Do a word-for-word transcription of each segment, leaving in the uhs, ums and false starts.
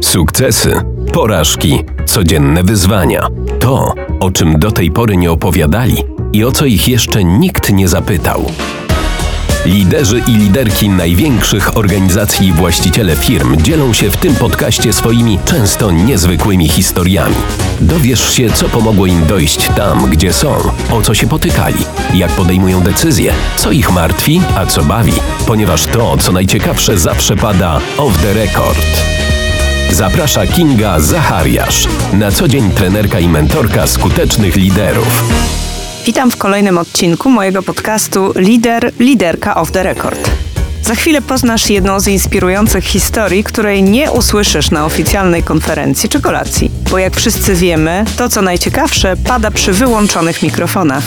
Sukcesy, porażki, codzienne wyzwania. To, o czym do tej pory nie opowiadali i o co ich jeszcze nikt nie zapytał. Liderzy i liderki największych organizacji i właściciele firm dzielą się w tym podcaście swoimi często niezwykłymi historiami. Dowiesz się, co pomogło im dojść tam, gdzie są, o co się potykali, jak podejmują decyzje, co ich martwi, a co bawi, ponieważ to, co najciekawsze, zawsze pada off the record. Zaprasza Kinga Zachariasz, na co dzień trenerka i mentorka skutecznych liderów. Witam w kolejnym odcinku mojego podcastu Lider, Liderka off the record. Za chwilę poznasz jedną z inspirujących historii, której nie usłyszysz na oficjalnej konferencji czy kolacji. Bo jak wszyscy wiemy, to co najciekawsze pada przy wyłączonych mikrofonach.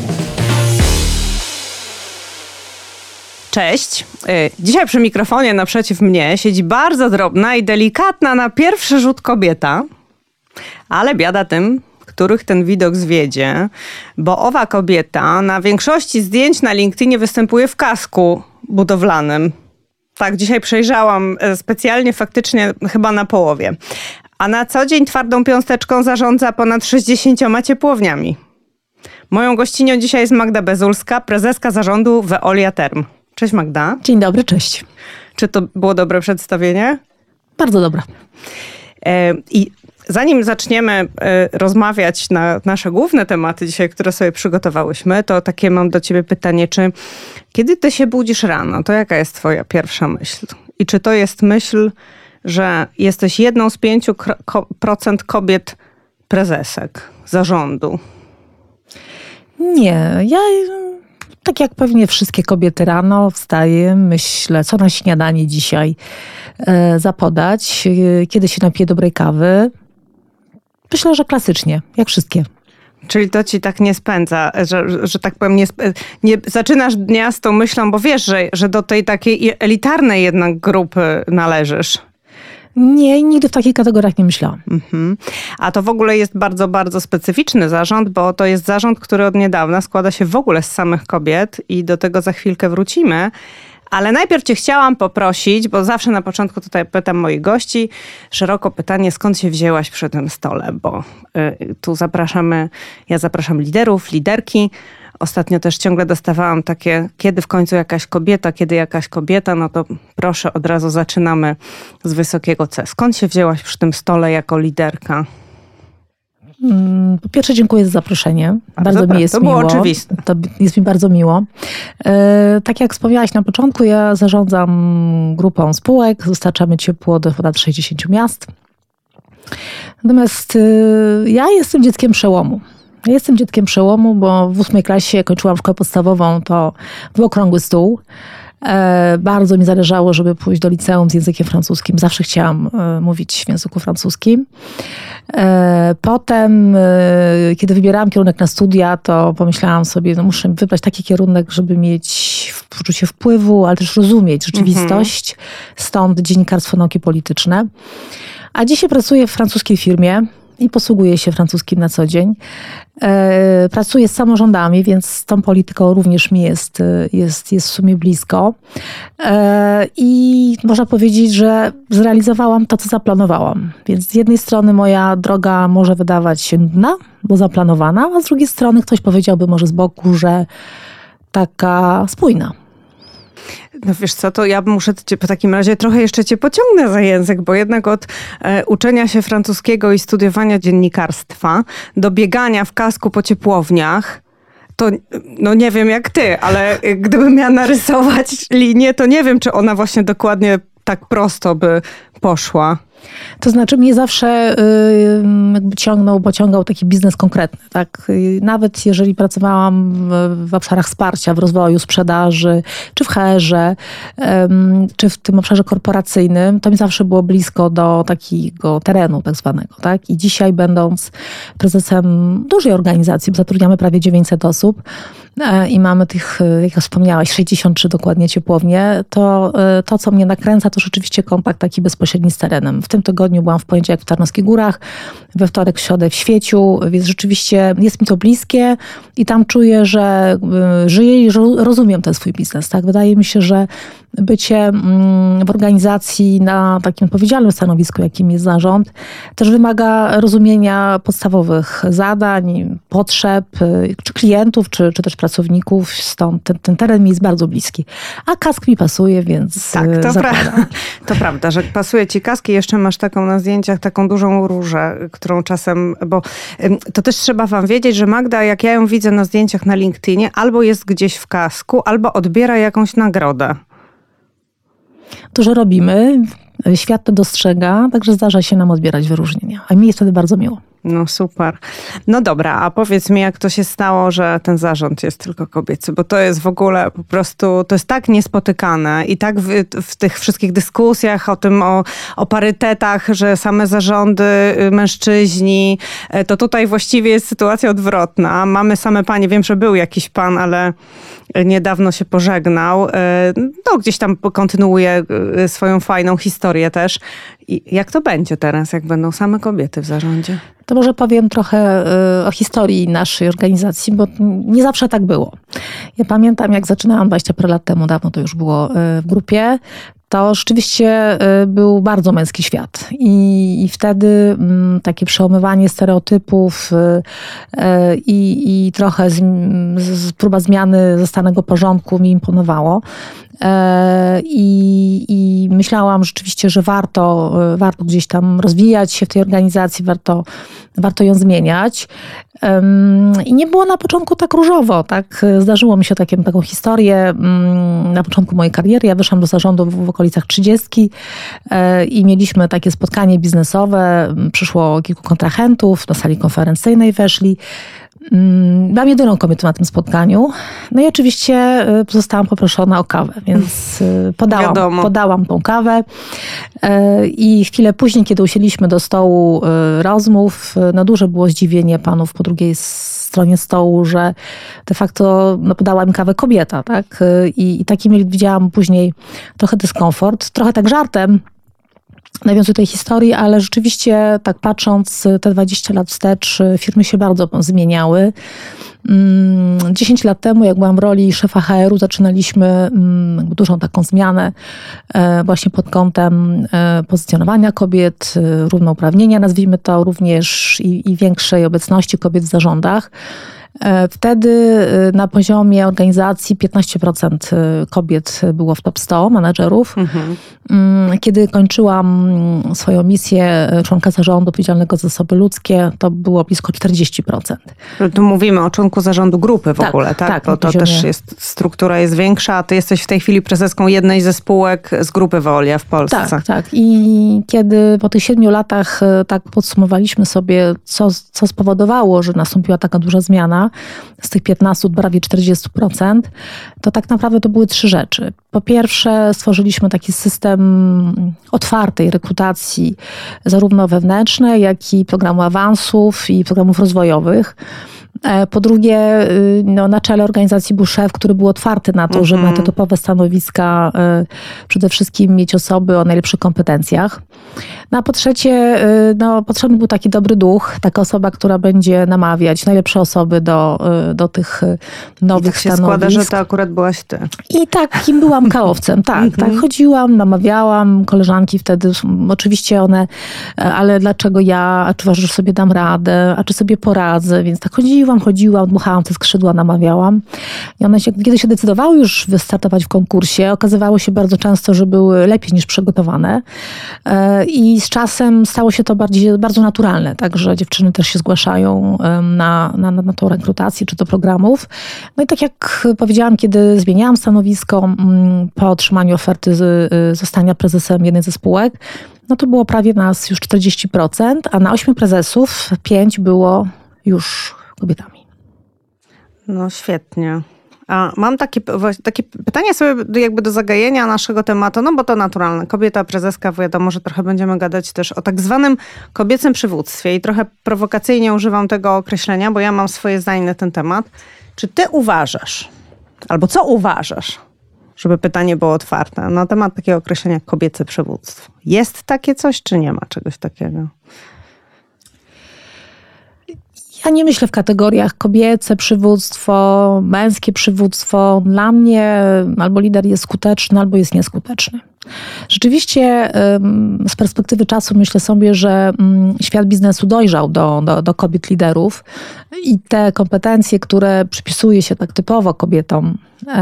Cześć. Dzisiaj przy mikrofonie naprzeciw mnie siedzi bardzo drobna i delikatna na pierwszy rzut kobieta, ale biada tym, których ten widok zwiedzie, bo owa kobieta na większości zdjęć na LinkedInie występuje w kasku budowlanym. Tak, dzisiaj przejrzałam specjalnie, faktycznie chyba na połowie. A na co dzień twardą piąsteczką zarządza ponad sześćdziesięcioma ciepłowniami. Moją gościnią dzisiaj jest Magda Bezulska, prezeska zarządu Veolia Term. Cześć Magda. Dzień dobry, cześć. Czy to było dobre przedstawienie? Bardzo dobre. E, I zanim zaczniemy e, rozmawiać na nasze główne tematy dzisiaj, które sobie przygotowałyśmy, to takie mam do ciebie pytanie, czy kiedy ty się budzisz rano, to jaka jest twoja pierwsza myśl? I czy to jest myśl, że jesteś jedną z pięciu procent kobiet prezesek zarządu? Nie, ja tak jak pewnie wszystkie kobiety rano wstaję, myślę, co na śniadanie dzisiaj e, zapodać, e, kiedy się napiję dobrej kawy. Myślę, że klasycznie, jak wszystkie. Czyli to ci tak nie spędza, że, że tak powiem, nie, nie zaczynasz dnia z tą myślą, bo wiesz, że, że do tej takiej elitarnej jednak grupy należysz. Nie, nigdy w takich kategoriach nie myślałam. Mhm. A to w ogóle jest bardzo, bardzo specyficzny zarząd, bo to jest zarząd, który od niedawna składa się w ogóle z samych kobiet i do tego za chwilkę wrócimy. Ale najpierw cię chciałam poprosić, bo zawsze na początku tutaj pytam moich gości, szeroko pytanie, skąd się wzięłaś przy tym stole, bo y, tu zapraszamy, ja zapraszam liderów, liderki. Ostatnio też ciągle dostawałam takie, kiedy w końcu jakaś kobieta, kiedy jakaś kobieta, no to proszę, od razu zaczynamy z wysokiego C. Skąd się wzięłaś przy tym stole jako liderka? Po pierwsze dziękuję za zaproszenie. Bardzo, bardzo mi jest to miło. To było oczywiste. To jest mi bardzo miło. E, tak jak wspomniałaś na początku, ja zarządzam grupą spółek, dostarczamy ciepło do ponad sześćdziesięciu miast. Natomiast e, ja jestem dzieckiem przełomu. Ja jestem dzieckiem przełomu, bo w ósmej klasie kończyłam szkołę podstawową, to był okrągły stół. E, bardzo mi zależało, żeby pójść do liceum z językiem francuskim. Zawsze chciałam e, mówić w języku francuskim. E, potem, e, kiedy wybierałam kierunek na studia, to pomyślałam sobie, no muszę wybrać taki kierunek, żeby mieć poczucie wpływu, ale też rozumieć rzeczywistość. Mhm. Stąd dziennikarstwo, nauki polityczne. A dzisiaj pracuję w francuskiej firmie i posługuję się francuskim na co dzień. E, pracuję z samorządami, więc z tą polityką również mi jest, jest, jest w sumie blisko. E, I można powiedzieć, że zrealizowałam to, co zaplanowałam. Więc z jednej strony moja droga może wydawać się nudna, bo zaplanowana, a z drugiej strony ktoś powiedziałby może z boku, że taka spójna. No wiesz co, to ja muszę cię w takim razie trochę jeszcze cię pociągnę za język, bo jednak od e, uczenia się francuskiego i studiowania dziennikarstwa do biegania w kasku po ciepłowniach, to no nie wiem jak ty, ale gdybym miała narysować linię, to nie wiem, czy ona właśnie dokładnie tak prosto by poszła. To znaczy mnie zawsze y, jakby ciągnął, pociągał taki biznes konkretny. Tak? Nawet jeżeli pracowałam w, w obszarach wsparcia, w rozwoju, sprzedaży, czy w H R-ze, y, czy w tym obszarze korporacyjnym, to mi zawsze było blisko do takiego terenu tak zwanego. Tak? I dzisiaj będąc prezesem dużej organizacji, bo zatrudniamy prawie dziewięćset osób, i mamy tych, jak wspomniałaś, sześćdziesiąt trzy dokładnie ciepłownie, to to, co mnie nakręca, to rzeczywiście kontakt taki bezpośredni z terenem. W tym tygodniu byłam w poniedziałek w Tarnowskich Górach, we wtorek, w środę w Świeciu, więc rzeczywiście jest mi to bliskie i tam czuję, że żyję i rozumiem ten swój biznes. Tak? Wydaje mi się, że bycie w organizacji na takim odpowiedzialnym stanowisku, jakim jest zarząd, też wymaga rozumienia podstawowych zadań, potrzeb, czy klientów, czy, czy też pracowników. Stąd ten, ten teren mi jest bardzo bliski. A kask mi pasuje, więc tak, to, zakładam. pra- to prawda, że pasuje ci kask i jeszcze masz taką na zdjęciach taką dużą różę, którą czasem, bo to też trzeba wam wiedzieć, że Magda, jak ja ją widzę na zdjęciach na LinkedInie, albo jest gdzieś w kasku, albo odbiera jakąś nagrodę. Dużo robimy, świat to dostrzega, także zdarza się nam odbierać wyróżnienia. A mi jest wtedy bardzo miło. No super. No dobra, a powiedz mi, jak to się stało, że ten zarząd jest tylko kobiecy, bo to jest w ogóle po prostu, to jest tak niespotykane i tak w, w tych wszystkich dyskusjach o tym, o, o parytetach, że same zarządy, mężczyźni, to tutaj właściwie jest sytuacja odwrotna. Mamy same panie, wiem, że był jakiś pan, ale niedawno się pożegnał. No gdzieś tam kontynuuje swoją fajną historię też. I jak to będzie teraz, jak będą same kobiety w zarządzie? To może powiem trochę o historii naszej organizacji, bo nie zawsze tak było. Ja pamiętam, jak zaczynałam dwadzieścia parę lat temu, dawno to już było w grupie, to rzeczywiście był bardzo męski świat. I, i wtedy m, takie przełamywanie stereotypów y, y, i trochę z, z, próba zmiany zastanego porządku mi imponowało. I, I myślałam rzeczywiście, że warto, warto gdzieś tam rozwijać się w tej organizacji, warto, warto ją zmieniać. I nie było na początku tak różowo, tak? Zdarzyło mi się takie, taką historię na początku mojej kariery. Ja wyszłam do zarządu w, w okolicach trzydziestki i mieliśmy takie spotkanie biznesowe. Przyszło kilku kontrahentów, do sali konferencyjnej weszli. Byłam jedyną kobietą na tym spotkaniu. No i oczywiście zostałam poproszona o kawę, więc podałam, podałam tą kawę. I chwilę później, kiedy usiedliśmy do stołu rozmów, no duże było zdziwienie panów po drugiej stronie stołu, że de facto no, podała mi kawę kobieta, tak? I, i taki widziałam później trochę dyskomfort, trochę tak żartem. Nawiązuję tej historii, ale rzeczywiście tak patrząc te dwadzieścia lat wstecz, firmy się bardzo zmieniały. dziesięć lat temu, jak byłam w roli szefa H R u, zaczynaliśmy dużą taką zmianę właśnie pod kątem pozycjonowania kobiet, równouprawnienia, nazwijmy to, również i, i większej obecności kobiet w zarządach. Wtedy na poziomie organizacji piętnaście procent kobiet było w top sto menadżerów. Mhm. Kiedy kończyłam swoją misję członka zarządu odpowiedzialnego za zasoby ludzkie, to było blisko czterdzieści procent. Tu mówimy o członku zarządu grupy w tak, ogóle, tak? tak Bo to poziomie... też jest, struktura jest większa, a ty jesteś w tej chwili prezeską jednej ze spółek z grupy Veolia w Polsce. Tak, tak. I kiedy po tych siedmiu latach tak podsumowaliśmy sobie, co, co spowodowało, że nastąpiła taka duża zmiana, z tych piętnastu do prawie czterdzieści procent, to tak naprawdę to były trzy rzeczy. Po pierwsze, stworzyliśmy taki system otwartej rekrutacji, zarówno wewnętrznej, jak i programu awansów i programów rozwojowych. Po drugie, no, na czele organizacji był szef, który był otwarty na to, mm-hmm. żeby na te topowe stanowiska przede wszystkim mieć osoby o najlepszych kompetencjach. No a po trzecie, no, potrzebny był taki dobry duch, taka osoba, która będzie namawiać najlepsze osoby do, do tych nowych I tak się stanowisk. składa, że to akurat byłaś ty. I takim byłam kałowcem, tak, mm-hmm. tak. Chodziłam, namawiałam, koleżanki wtedy, oczywiście one, ale dlaczego ja, a czy uważasz, że sobie dam radę, a czy sobie poradzę, więc tak chodziłam, chodziłam, dmuchałam te skrzydła, namawiałam. I one się, kiedy się decydowały już wystartować w konkursie, okazywało się bardzo często, że były lepiej niż przygotowane. I z czasem stało się to bardziej, bardzo naturalne, także dziewczyny też się zgłaszają na, na, na tą rekrutację czy do programów. No i tak jak powiedziałam, kiedy zmieniałam stanowisko po otrzymaniu oferty z, zostania prezesem jednej ze spółek, no to było prawie nas już czterdzieści procent, a na ośmiu prezesów pięć było już kobietami. No świetnie. A mam takie, takie pytanie sobie jakby do zagajenia naszego tematu, no bo to naturalne. Kobieta prezeska, wiadomo, że trochę będziemy gadać też o tak zwanym kobiecym przywództwie i trochę prowokacyjnie używam tego określenia, bo ja mam swoje zdanie na ten temat. Czy ty uważasz, albo co uważasz, żeby pytanie było otwarte, na temat takiego określenia kobiece przywództwo? Jest takie coś, czy nie ma czegoś takiego? Ja nie myślę w kategoriach kobiece przywództwo, męskie przywództwo. Dla mnie albo lider jest skuteczny, albo jest nieskuteczny. Rzeczywiście z perspektywy czasu myślę sobie, że świat biznesu dojrzał do, do, do kobiet liderów i te kompetencje, które przypisuje się tak typowo kobietom,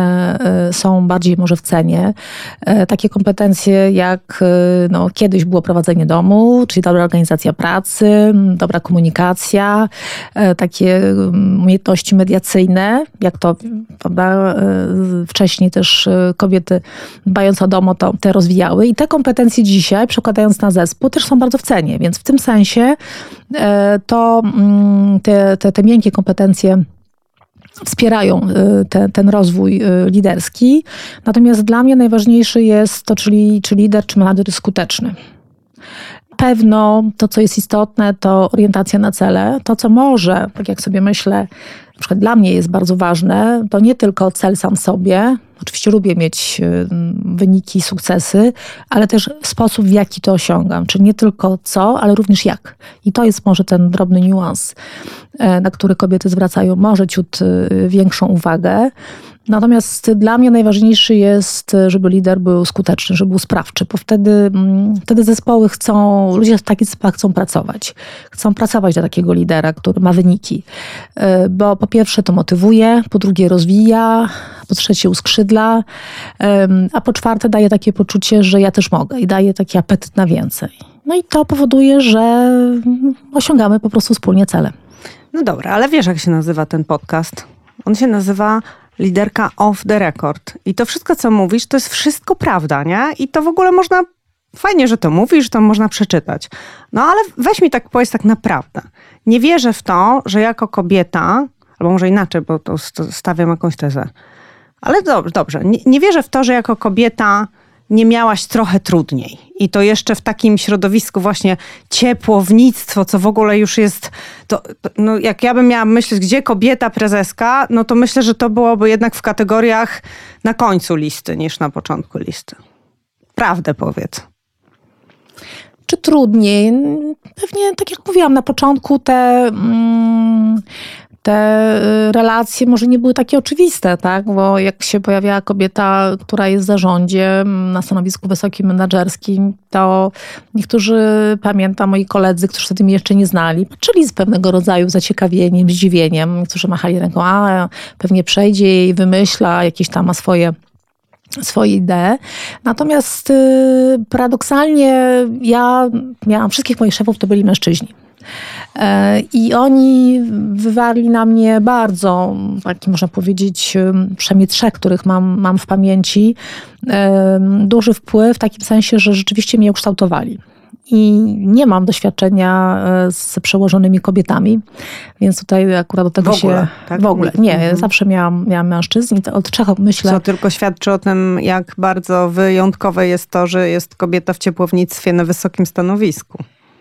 są bardziej może w cenie. Takie kompetencje jak no, kiedyś było prowadzenie domu, czyli dobra organizacja pracy, dobra komunikacja, takie umiejętności mediacyjne, jak to prawda, wcześniej też kobiety dbając o dom to te rozwijały i te kompetencje dzisiaj, przekładając na zespół, też są bardzo w cenie, więc w tym sensie to te, te, te miękkie kompetencje wspierają te, ten rozwój liderski. Natomiast dla mnie najważniejszy jest to, czyli czy lider, czy menadżer jest skuteczny. Pewno to, co jest istotne, to orientacja na cele. To, co może, tak jak sobie myślę, na przykład dla mnie jest bardzo ważne, to nie tylko cel sam w sobie. Oczywiście lubię mieć wyniki, sukcesy, ale też sposób, w jaki to osiągam. Czyli nie tylko co, ale również jak. I to jest może ten drobny niuans, na który kobiety zwracają może ciut większą uwagę. Natomiast dla mnie najważniejszy jest, żeby lider był skuteczny, żeby był sprawczy, bo wtedy, wtedy zespoły chcą, ludzie w takich zespołach chcą pracować. Chcą pracować dla takiego lidera, który ma wyniki. Bo po pierwsze to motywuje, po drugie rozwija, po trzecie uskrzydla, a po czwarte daje takie poczucie, że ja też mogę i daje taki apetyt na więcej. No i to powoduje, że osiągamy po prostu wspólnie cele. No dobra, ale wiesz, jak się nazywa ten podcast? On się nazywa Liderka Off the Record. I to wszystko, co mówisz, to jest wszystko prawda, nie? I to w ogóle można, fajnie, że to mówisz, to można przeczytać. No ale weź mi tak, powiedz tak naprawdę. Nie wierzę w to, że jako kobieta, albo może inaczej, bo to stawiam jakąś tezę. Ale dobrze, dobrze. Nie, nie wierzę w to, że jako kobieta nie miałaś trochę trudniej. I to jeszcze w takim środowisku właśnie ciepłownictwo, co w ogóle już jest... To, no jak ja bym miała myśleć, gdzie kobieta prezeska, no to myślę, że to byłoby jednak w kategoriach na końcu listy niż na początku listy. Prawdę powiedz. Czy trudniej? Pewnie, tak jak mówiłam na początku, te... Mm, Te relacje może nie były takie oczywiste, tak? Bo jak się pojawiała kobieta, która jest w zarządzie na stanowisku wysokim menadżerskim, to niektórzy, pamiętam, moi koledzy, którzy wtedy mnie jeszcze nie znali, patrzyli z pewnego rodzaju zaciekawieniem, zdziwieniem. Niektórzy machali ręką, a pewnie przejdzie i wymyśla, jakieś tam ma swoje swoje idee. Natomiast yy, paradoksalnie ja miałam, wszystkich moich szefów to byli mężczyźni. I oni wywarli na mnie bardzo, taki można powiedzieć, przynajmniej trzech, których mam, mam w pamięci, duży wpływ w takim sensie, że rzeczywiście mnie ukształtowali. I nie mam doświadczenia z przełożonymi kobietami, więc tutaj akurat do tego w ogóle, się... Tak? W ogóle, nie. Mhm. Zawsze miałam, miałam mężczyzn i to od trzech myślę... Co tylko świadczy o tym, jak bardzo wyjątkowe jest to, że jest kobieta w ciepłownictwie na wysokim stanowisku.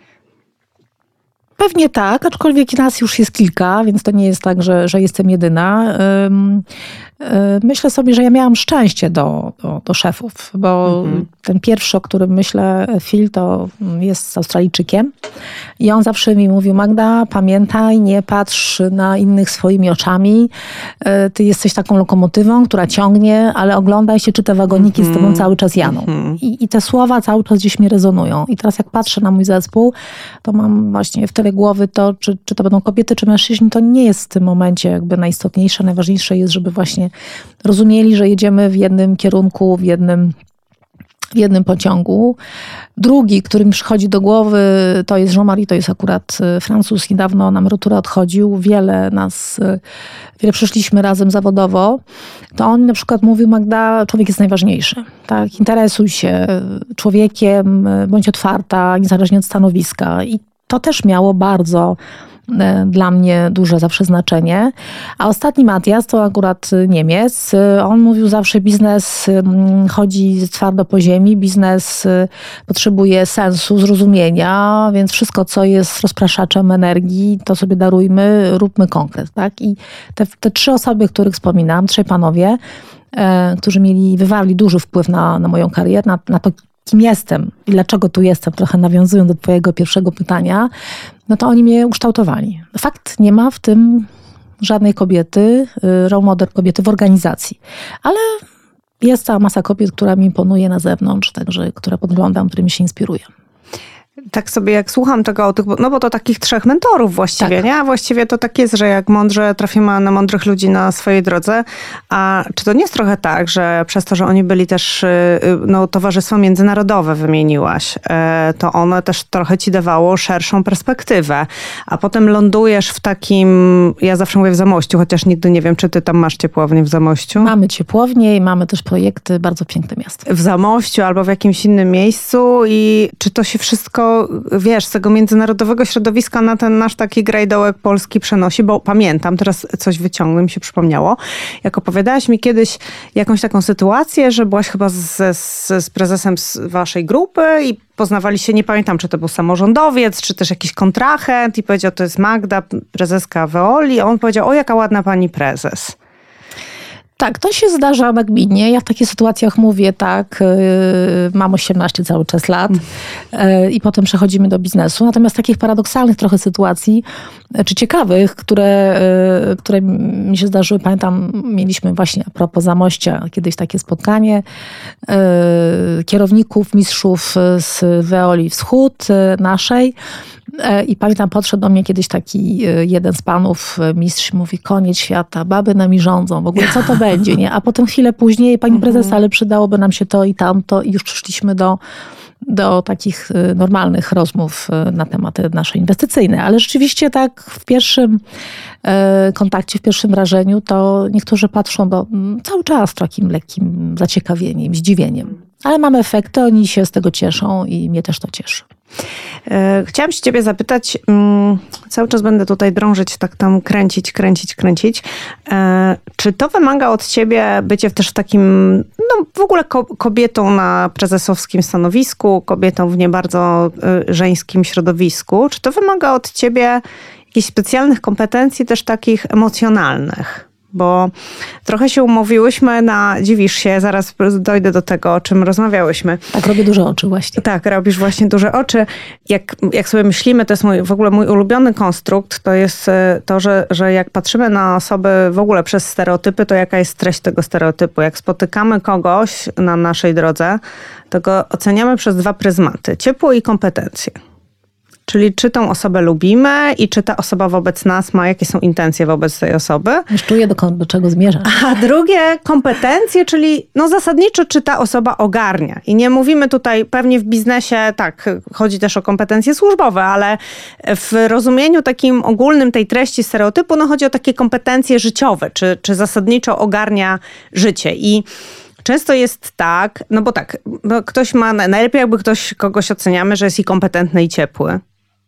Pewnie tak, aczkolwiek nas już jest kilka, więc to nie jest tak, że, że jestem jedyna. Myślę sobie, że ja miałam szczęście do, do, do szefów, bo mhm. ten pierwszy, o którym myślę, Phil, to jest Australijczykiem i on zawsze mi mówił: Magda, pamiętaj, nie patrz na innych swoimi oczami, ty jesteś taką lokomotywą, która ciągnie, ale oglądaj się, czy te wagoniki mhm. z tobą cały czas jadą. Mhm. I, I te słowa cały czas gdzieś mi rezonują. I teraz jak patrzę na mój zespół, to mam właśnie w tyle głowy to, czy, czy to będą kobiety, czy mężczyźni, to nie jest w tym momencie jakby najistotniejsze. Najważniejsze jest, żeby właśnie rozumieli, że jedziemy w jednym kierunku, w jednym, w jednym pociągu. Drugi, który mi przychodzi do głowy, to jest Jean-Marie, to jest akurat Francuz, niedawno na emeryturę odchodził. Wiele nas, wiele przeszliśmy razem zawodowo. To on na przykład mówił: Magda, człowiek jest najważniejszy. Tak? Interesuj się człowiekiem, bądź otwarta, niezależnie od stanowiska. I to też miało bardzo dla mnie duże zawsze znaczenie. A ostatni Matias, to akurat Niemiec, on mówił zawsze: biznes chodzi twardo po ziemi, biznes potrzebuje sensu, zrozumienia, więc wszystko, co jest rozpraszaczem energii, to sobie darujmy, róbmy konkret. Tak? I te, te trzy osoby, których wspominam, trzej panowie, e, którzy mieli, wywarli duży wpływ na, na moją karierę, na, na to, kim jestem i dlaczego tu jestem, trochę nawiązując do twojego pierwszego pytania, no to oni mnie ukształtowali. Fakt, nie ma w tym żadnej kobiety, role model kobiety w organizacji, ale jest cała masa kobiet, która mi imponuje na zewnątrz, także które podglądam, którymi się inspiruję. Tak sobie jak słucham tego o tych, no bo to takich trzech mentorów właściwie, tak. nie? A właściwie to tak jest, że jak mądrze trafimy na mądrych ludzi na swojej drodze, a czy to nie jest trochę tak, że przez to, że oni byli też, no towarzystwo międzynarodowe wymieniłaś, to ono też trochę ci dawało szerszą perspektywę, a potem lądujesz w takim, ja zawsze mówię w Zamościu, chociaż nigdy nie wiem, czy ty tam masz ciepłownię w Zamościu? Mamy ciepłownię i mamy też projekty, bardzo piękne miasto. W Zamościu albo w jakimś innym miejscu i czy to się wszystko, wiesz, z tego międzynarodowego środowiska na ten nasz taki grajdołek polski przenosi, bo pamiętam, teraz coś wyciągnę, mi się przypomniało, jak opowiadałaś mi kiedyś jakąś taką sytuację, że byłaś chyba z, z, z prezesem z waszej grupy i poznawali się, nie pamiętam, czy to był samorządowiec, czy też jakiś kontrahent i powiedział, to jest Magda, prezeska Veoli, a on powiedział, o jaka ładna pani prezes. Tak, to się zdarza nagminnie. Ja w takich sytuacjach mówię tak, yy, mam osiemnaście cały czas lat yy, i potem przechodzimy do biznesu. Natomiast takich paradoksalnych trochę sytuacji, yy, czy ciekawych, które, yy, które mi się zdarzyły, pamiętam, mieliśmy właśnie a propos Zamościa kiedyś takie spotkanie yy, kierowników, mistrzów z Veoli Wschód, yy, naszej. I pamiętam, podszedł do mnie kiedyś taki jeden z panów, mistrz, mówi, koniec świata, baby nami rządzą, w ogóle co to będzie, nie? A potem chwilę później, pani prezes, ale przydałoby nam się to i tamto i już przyszliśmy do, do takich normalnych rozmów na tematy nasze inwestycyjne. Ale rzeczywiście tak w pierwszym kontakcie, w pierwszym wrażeniu, to niektórzy patrzą do, cały czas takim lekkim zaciekawieniem, zdziwieniem. Ale mamy efekty, oni się z tego cieszą i mnie też to cieszy. Chciałam się ciebie zapytać, cały czas będę tutaj drążyć, tak tam kręcić, kręcić, kręcić. Czy to wymaga od ciebie bycie też w takim, no w ogóle kobietą na prezesowskim stanowisku, kobietą w nie bardzo żeńskim środowisku? Czy to wymaga od ciebie jakichś specjalnych kompetencji też takich emocjonalnych? Bo trochę się umówiłyśmy na, dziwisz się, zaraz dojdę do tego, o czym rozmawiałyśmy. Tak, robię duże oczy właśnie. Tak, robisz właśnie duże oczy. Jak, jak sobie myślimy, to jest mój, w ogóle mój ulubiony konstrukt, to jest to, że, że jak patrzymy na osoby w ogóle przez stereotypy, to jaka jest treść tego stereotypu. Jak spotykamy kogoś na naszej drodze, to go oceniamy przez dwa pryzmaty. Ciepło i kompetencje. Czyli czy tą osobę lubimy i czy ta osoba wobec nas ma, jakie są intencje wobec tej osoby. Już czuję, do, do czego zmierza. A drugie, kompetencje, czyli no zasadniczo, czy ta osoba ogarnia. I nie mówimy tutaj, pewnie w biznesie, tak, chodzi też o kompetencje służbowe, ale w rozumieniu takim ogólnym tej treści stereotypu, no chodzi o takie kompetencje życiowe, czy, czy zasadniczo ogarnia życie. I często jest tak, no bo tak, bo ktoś ma, najlepiej jakby ktoś, kogoś oceniamy, że jest i kompetentny, i ciepły.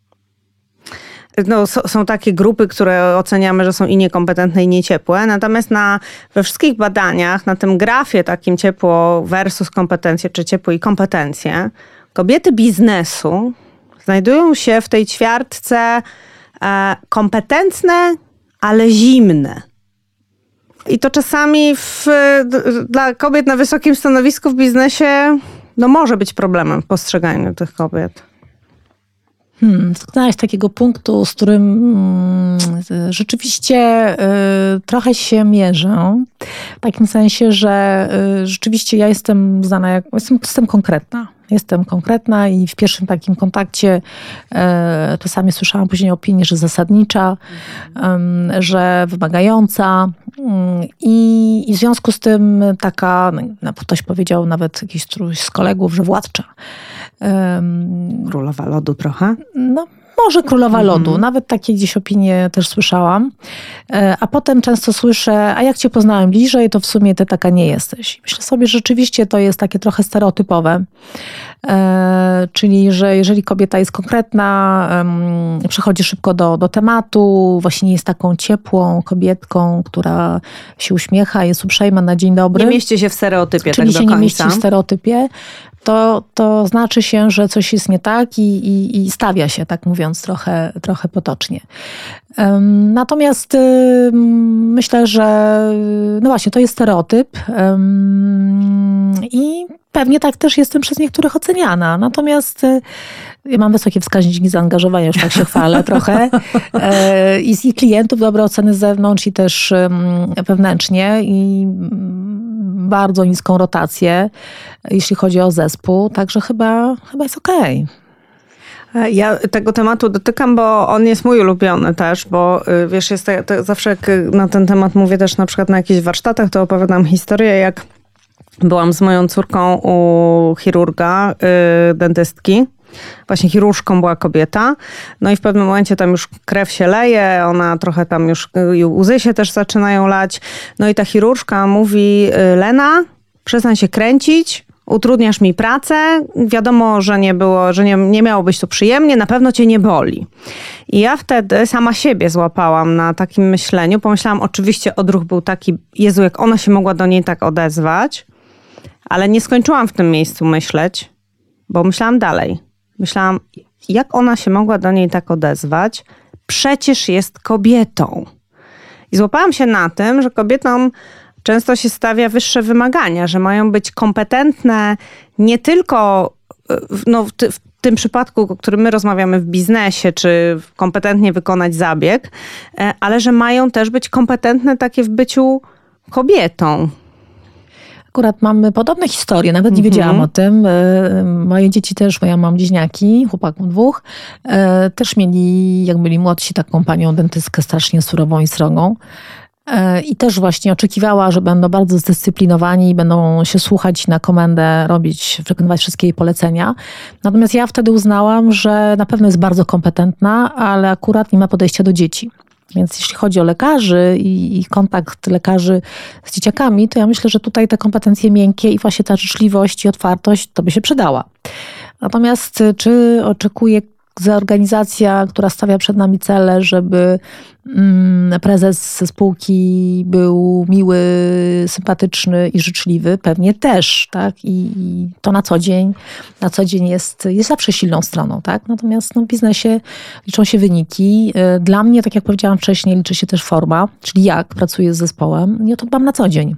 No, są takie grupy, które oceniamy, że są i niekompetentne, i nieciepłe. Natomiast na, we wszystkich badaniach, na tym grafie takim ciepło versus kompetencje, czy ciepło i kompetencje, kobiety biznesu znajdują się w tej ćwiartce e, kompetentne, ale zimne. I to czasami w, dla kobiet na wysokim stanowisku w biznesie no może być problemem w postrzeganiu tych kobiet. Hmm, dotknęłaś takiego punktu, z którym hmm, rzeczywiście y, trochę się mierzę. W takim sensie, że y, rzeczywiście ja jestem znana, jak, jestem, jestem konkretna. Jestem konkretna i w pierwszym takim kontakcie e, czasami słyszałam później opinię, że zasadnicza, e, że wymagająca e, i w związku z tym taka, no, ktoś powiedział nawet jakiś z kolegów, że władcza. E, Królowa lodu trochę? No. Może królowa lodu, mhm. Nawet takie gdzieś opinie też słyszałam. A potem często słyszę, a jak cię poznałem bliżej, to w sumie ty taka nie jesteś. Myślę sobie, że rzeczywiście to jest takie trochę stereotypowe. E, czyli, że jeżeli kobieta jest konkretna, um, przechodzi szybko do, do tematu, właśnie nie jest taką ciepłą kobietką, która się uśmiecha, jest uprzejma na dzień dobry. Nie mieści się w stereotypie czyli tak do się końca. nie mieści w stereotypie. To, to znaczy się, że coś jest nie tak i, i, i stawia się, tak mówię, mówiąc trochę, trochę potocznie. Natomiast myślę, że no właśnie, to jest stereotyp i pewnie tak też jestem przez niektórych oceniana. Natomiast ja mam wysokie wskaźniki zaangażowania, już tak się chwalę trochę. I z i klientów dobre oceny z zewnątrz i też wewnętrznie i bardzo niską rotację, jeśli chodzi o zespół. Także chyba, chyba jest okej. Ja tego tematu dotykam, bo on jest mój ulubiony też, bo wiesz, jest to, to zawsze jak na ten temat mówię też na przykład na jakichś warsztatach, to opowiadam historię, jak byłam z moją córką u chirurga, yy, dentystki. Właśnie chirurżką była kobieta. No i w pewnym momencie tam już krew się leje, ona trochę tam już, łzy się też zaczynają lać. No i ta chirurżka mówi: Lena, przestań się kręcić, utrudniasz mi pracę, wiadomo, że nie było, że nie, nie miało być to przyjemnie, na pewno cię nie boli. I ja wtedy sama siebie złapałam na takim myśleniu. Pomyślałam, oczywiście odruch był taki, Jezu, jak ona się mogła do niej tak odezwać, ale nie skończyłam w tym miejscu myśleć, bo myślałam dalej. Myślałam, jak ona się mogła do niej tak odezwać? Przecież jest kobietą. I złapałam się na tym, że kobietom często się stawia wyższe wymagania, że mają być kompetentne nie tylko no, w, ty, w tym przypadku, o którym my rozmawiamy w biznesie, czy kompetentnie wykonać zabieg, ale że mają też być kompetentne takie w byciu kobietą. Akurat mamy podobne historie, nawet nie wiedziałam o tym. Moje dzieci też, bo ja mam bliźniaki, chłopaków dwóch, też mieli, jak byli młodsi, taką panią dentystkę strasznie surową i srogą. I też właśnie oczekiwała, że będą bardzo zdyscyplinowani i będą się słuchać na komendę, robić, wykonywać wszystkie jej polecenia. Natomiast ja wtedy uznałam, że na pewno jest bardzo kompetentna, ale akurat nie ma podejścia do dzieci. Więc jeśli chodzi o lekarzy i, i kontakt lekarzy z dzieciakami, to ja myślę, że tutaj te kompetencje miękkie i właśnie ta życzliwość i otwartość to by się przydała. Natomiast czy oczekuję za organizacja, która stawia przed nami cele, żeby mm, prezes spółki był miły, sympatyczny i życzliwy? Pewnie też, tak? I, i to na co dzień, na co dzień jest, jest zawsze silną stroną, tak? Natomiast no, w biznesie liczą się wyniki. Dla mnie, tak jak powiedziałam wcześniej, liczy się też forma, czyli jak pracuję z zespołem. Ja to dbam na co dzień.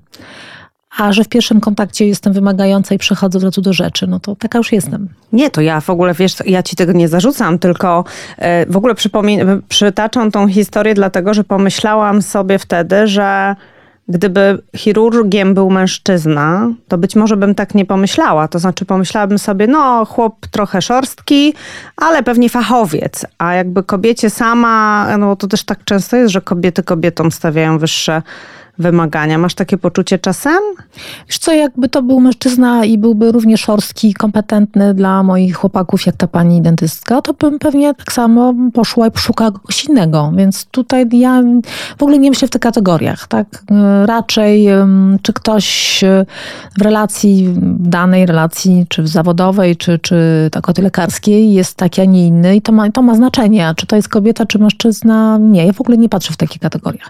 A że w pierwszym kontakcie jestem wymagająca i przechodzę od razu do rzeczy, no to taka już jestem. Nie, to ja w ogóle, wiesz, ja ci tego nie zarzucam, tylko w ogóle przypomin- przytaczam tą historię dlatego, że pomyślałam sobie wtedy, że gdyby chirurgiem był mężczyzna, to być może bym tak nie pomyślała. To znaczy pomyślałabym sobie, no chłop trochę szorstki, ale pewnie fachowiec. A jakby kobiecie sama, no to też tak często jest, że kobiety kobietom stawiają wyższe wymagania. Masz takie poczucie czasem? Wiesz co, jakby to był mężczyzna i byłby równie szorstki i kompetentny dla moich chłopaków, jak ta pani dentystka, to bym pewnie tak samo poszła i poszukała kogoś innego. Więc tutaj ja w ogóle nie myślę w tych kategoriach. Tak? Raczej czy ktoś w relacji, danej relacji, czy w zawodowej, czy, czy takowej lekarskiej jest taki, a nie inny i to ma, to ma znaczenie. A czy to jest kobieta, czy mężczyzna? Nie, ja w ogóle nie patrzę w takich kategoriach.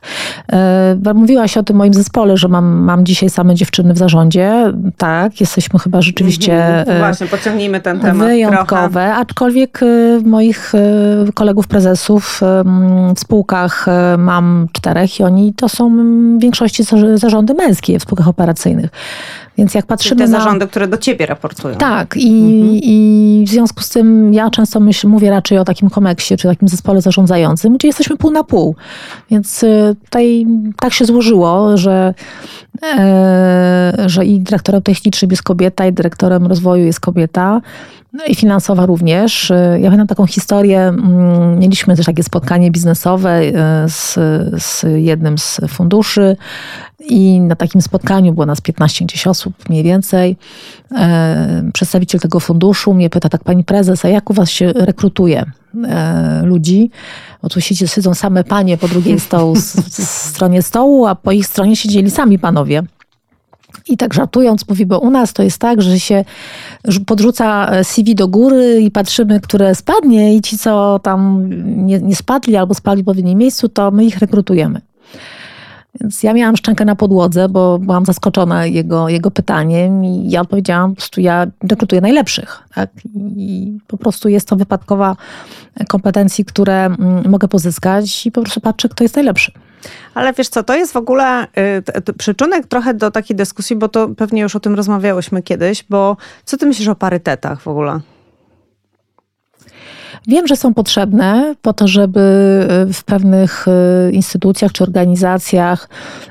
Mówiłaś o tym moim zespole, że mam, mam dzisiaj same dziewczyny w zarządzie. Tak, jesteśmy chyba rzeczywiście mhm. Właśnie, pociągnijmy ten temat wyjątkowe, trochę. Aczkolwiek moich kolegów prezesów w spółkach mam czterech i oni to są w większości zarządy męskie w spółkach operacyjnych. Więc jak patrzymy te na... zarządy, które do ciebie raportują. Tak. I, mhm. i w związku z tym ja często myśl, mówię raczej o takim komeksie, czy takim zespole zarządzającym, gdzie jesteśmy pół na pół. Więc tutaj tak się złożyło, że, e, że i dyrektorem technicznym jest kobieta, i dyrektorem rozwoju jest kobieta. No i finansowa również. Ja pamiętam taką historię, mieliśmy też takie spotkanie biznesowe z, z jednym z funduszy i na takim spotkaniu było nas piętnaście gdzieś osób mniej więcej. Przedstawiciel tego funduszu mnie pyta, tak pani prezes, a jak u was się rekrutuje ludzi? Bo tu siedzą, siedzą same panie po drugiej stołu, stronie stołu, a po ich stronie siedzieli sami panowie. I tak żartując mówi, bo u nas to jest tak, że się podrzuca C V do góry i patrzymy, które spadnie i ci, co tam nie, nie spadli albo spadli w odpowiednim miejscu, to my ich rekrutujemy. Więc ja miałam szczękę na podłodze, bo byłam zaskoczona jego, jego pytaniem i ja odpowiedziałam, po prostu ja rekrutuję najlepszych. Tak? I po prostu jest to wypadkowa kompetencji, które mogę pozyskać i po prostu patrzę, kto jest najlepszy. Ale wiesz co, to jest w ogóle y, przyczynek trochę do takiej dyskusji, bo to pewnie już o tym rozmawiałyśmy kiedyś, bo co ty myślisz o parytetach w ogóle? Wiem, że są potrzebne po to, żeby w pewnych instytucjach czy organizacjach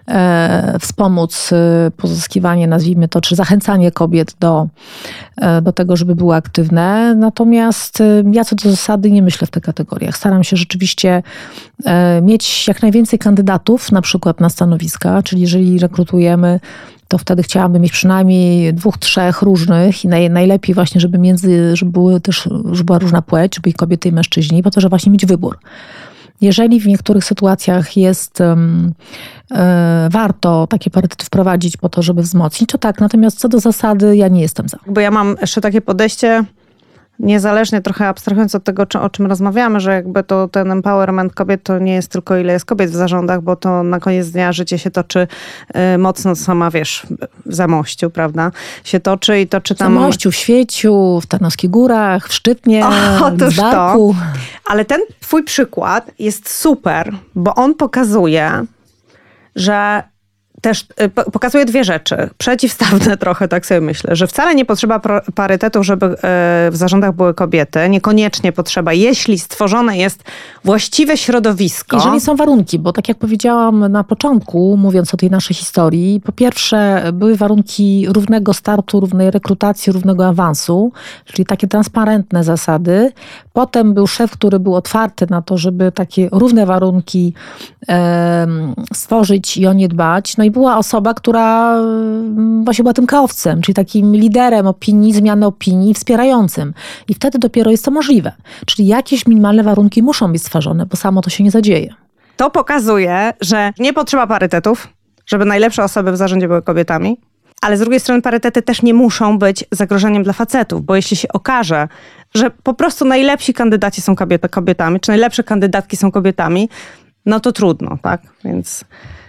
wspomóc pozyskiwanie, nazwijmy to, czy zachęcanie kobiet do, do tego, żeby były aktywne. Natomiast ja co do zasady nie myślę w tych kategoriach. Staram się rzeczywiście mieć jak najwięcej kandydatów, na przykład na stanowiska, czyli jeżeli rekrutujemy, to wtedy chciałabym mieć przynajmniej dwóch, trzech różnych i naj, najlepiej właśnie, żeby między, żeby były też, żeby była różna płeć, żeby i kobiety i mężczyźni, po to, żeby właśnie mieć wybór. Jeżeli w niektórych sytuacjach jest um, e, warto takie parytety wprowadzić po to, żeby wzmocnić, to tak, natomiast co do zasady ja nie jestem za. Bo ja mam jeszcze takie podejście, niezależnie trochę abstrahując od tego, o czym rozmawiamy, że jakby to ten empowerment kobiet to nie jest tylko ile jest kobiet w zarządach, bo to na koniec dnia życie się toczy y, mocno sama, wiesz, w Zamościu, prawda? Się toczy i toczy tam... W Zamościu, w Świeciu, w Tarnowskich Górach, w Szczytnie, o, w Zdarku. Ale ten twój przykład jest super, bo on pokazuje, że też pokazuje dwie rzeczy, przeciwstawne trochę, tak sobie myślę, że wcale nie potrzeba parytetów, żeby w zarządach były kobiety, niekoniecznie potrzeba, jeśli stworzone jest właściwe środowisko. Jeżeli są warunki, bo tak jak powiedziałam na początku, mówiąc o tej naszej historii, po pierwsze były warunki równego startu, równej rekrutacji, równego awansu, czyli takie transparentne zasady. Potem był szef, który był otwarty na to, żeby takie równe warunki e, stworzyć i o nie dbać. No i była osoba, która właśnie była tym kałowcem, czyli takim liderem opinii, zmiany opinii, wspierającym. I wtedy dopiero jest to możliwe. Czyli jakieś minimalne warunki muszą być stworzone, bo samo to się nie zadzieje. To pokazuje, że nie potrzeba parytetów, żeby najlepsze osoby w zarządzie były kobietami, ale z drugiej strony parytety też nie muszą być zagrożeniem dla facetów, bo jeśli się okaże, że po prostu najlepsi kandydaci są kobietami, czy najlepsze kandydatki są kobietami, no to trudno, tak? Więc...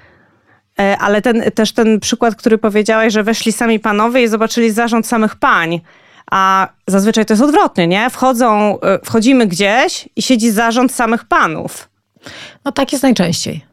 Ale ten, też ten przykład, który powiedziałaś, że weszli sami panowie i zobaczyli zarząd samych pań. A zazwyczaj to jest odwrotnie, nie? Wchodzą, wchodzimy gdzieś i siedzi zarząd samych panów. No tak jest najczęściej.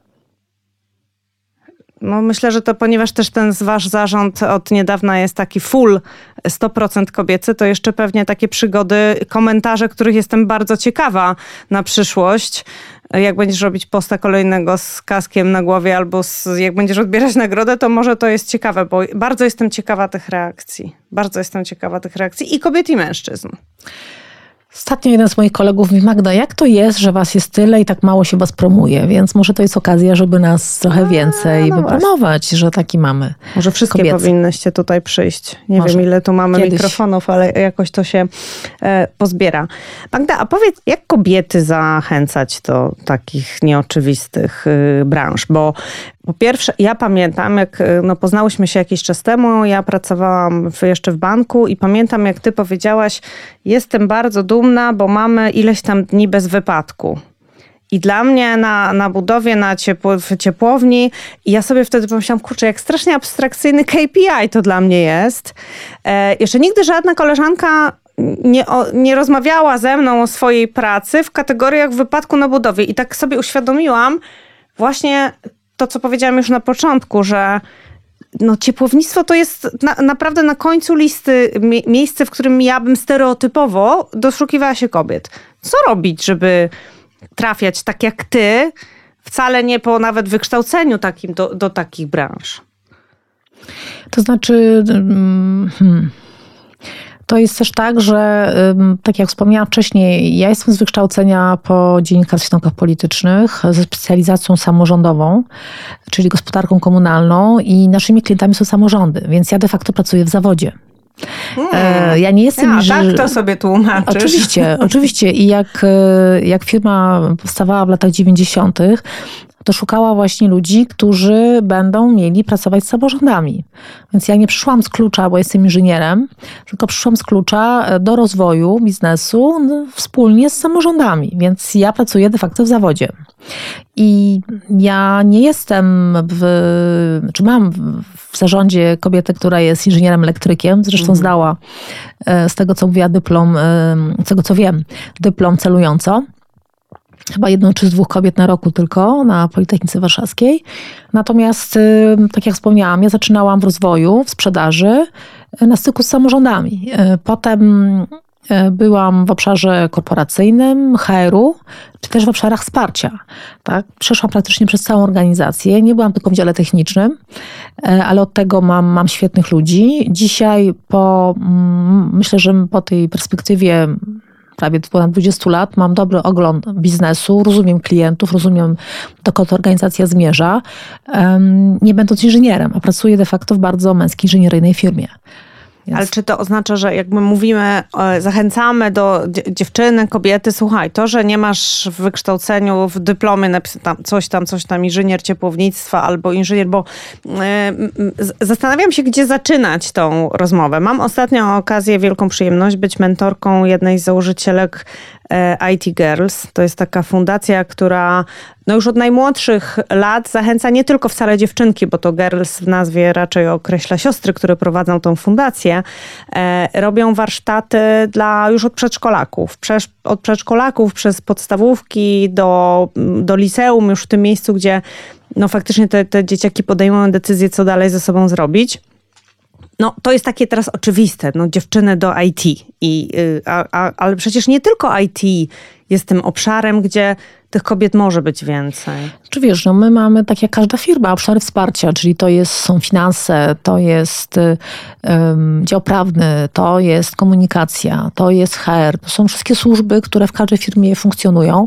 No myślę, że to ponieważ też ten wasz zarząd od niedawna jest taki full sto procent kobiecy, to jeszcze pewnie takie przygody, komentarze, których jestem bardzo ciekawa na przyszłość. Jak będziesz robić posta kolejnego z kaskiem na głowie albo z, jak będziesz odbierać nagrodę, to może to jest ciekawe, bo bardzo jestem ciekawa tych reakcji. Bardzo jestem ciekawa tych reakcji i kobiet i mężczyzn. Ostatnio jeden z moich kolegów mówi: Magda, jak to jest, że was jest tyle i tak mało się was promuje? Więc może to jest okazja, żeby nas trochę więcej A, no wypromować, właśnie. Że taki mamy. Może wszystkie kobiecy. Powinnyście tutaj przyjść. Nie może. wiem, ile tu mamy Kiedyś. mikrofonów, ale jakoś to się e, pozbiera. Magda, a powiedz, jak kobiety zachęcać do takich nieoczywistych y, branż? Bo po pierwsze, ja pamiętam, jak no, poznałyśmy się jakiś czas temu, ja pracowałam w, jeszcze w banku i pamiętam, jak ty powiedziałaś, jestem bardzo dumna, bo mamy ileś tam dni bez wypadku. I dla mnie na, na budowie, na ciepło, w ciepłowni, i ja sobie wtedy pomyślałam, kurczę, jak strasznie abstrakcyjny K P I to dla mnie jest. E, jeszcze nigdy żadna koleżanka nie, o, nie rozmawiała ze mną o swojej pracy w kategoriach wypadku na budowie. I tak sobie uświadomiłam właśnie to, co powiedziałam już na początku, że no, ciepłownictwo to jest na, naprawdę na końcu listy mie- miejsce, w którym ja bym stereotypowo doszukiwała się kobiet. Co robić, żeby trafiać tak jak ty, wcale nie po nawet wykształceniu takim do, do takich branż? To znaczy... Hmm. To jest też tak, że tak jak wspomniałam wcześniej, ja jestem z wykształcenia po dziennikarstwie i naukach politycznych ze specjalizacją samorządową, czyli gospodarką komunalną, i naszymi klientami są samorządy, więc ja de facto pracuję w zawodzie. Hmm. Ja nie jestem... Ja, tak to sobie tłumaczysz. Oczywiście, oczywiście. I jak, jak firma powstawała w latach dziewięćdziesiątych, to szukała właśnie ludzi, którzy będą mieli pracować z samorządami. Więc ja nie przyszłam z klucza, bo jestem inżynierem, tylko przyszłam z klucza do rozwoju biznesu wspólnie z samorządami. Więc ja pracuję de facto w zawodzie. I ja nie jestem w, czy mam w zarządzie kobietę, która jest inżynierem elektrykiem, zresztą mhm. zdała z tego, co mówiła dyplom, z tego, co wiem, dyplom celująco. Chyba jedną czy z dwóch kobiet na roku tylko na Politechnice Warszawskiej. Natomiast, tak jak wspomniałam, ja zaczynałam w rozwoju, w sprzedaży na styku z samorządami. Potem byłam w obszarze korporacyjnym, H R u, czy też w obszarach wsparcia. Tak? Przeszłam praktycznie przez całą organizację. Nie byłam tylko w dziale technicznym, ale od tego mam, mam świetnych ludzi. Dzisiaj po, myślę, że po tej perspektywie prawie ponad dwudziestu lat mam dobry ogląd biznesu, rozumiem klientów, rozumiem, dokąd organizacja zmierza, nie będąc inżynierem, a pracuję de facto w bardzo męskiej inżynieryjnej firmie. Więc... Ale czy to oznacza, że jakby mówimy, zachęcamy do dziewczyny, kobiety, słuchaj, to, że nie masz w wykształceniu, w dyplomie tam coś tam, coś tam, inżynier ciepłownictwa albo inżynier, bo yy, zastanawiam się, gdzie zaczynać tą rozmowę. Mam ostatnio okazję, wielką przyjemność być mentorką jednej z założycielek I T Girls. To jest taka fundacja, która no już od najmłodszych lat zachęca nie tylko wcale dziewczynki, bo to girls w nazwie raczej określa siostry, które prowadzą tą fundację. E, robią warsztaty dla już od przedszkolaków. Przesz, od przedszkolaków przez podstawówki do, do liceum, już w tym miejscu, gdzie no faktycznie te, te dzieciaki podejmują decyzję, co dalej ze sobą zrobić. No, to jest takie teraz oczywiste, no dziewczyny do I T. I, a, a, ale przecież nie tylko I T jest tym obszarem, gdzie tych kobiet może być więcej. Czy wiesz, no my mamy, tak jak każda firma, obszary wsparcia, czyli to jest, są finanse, to jest um, dział prawny, to jest komunikacja, to jest H R. To są wszystkie służby, które w każdej firmie funkcjonują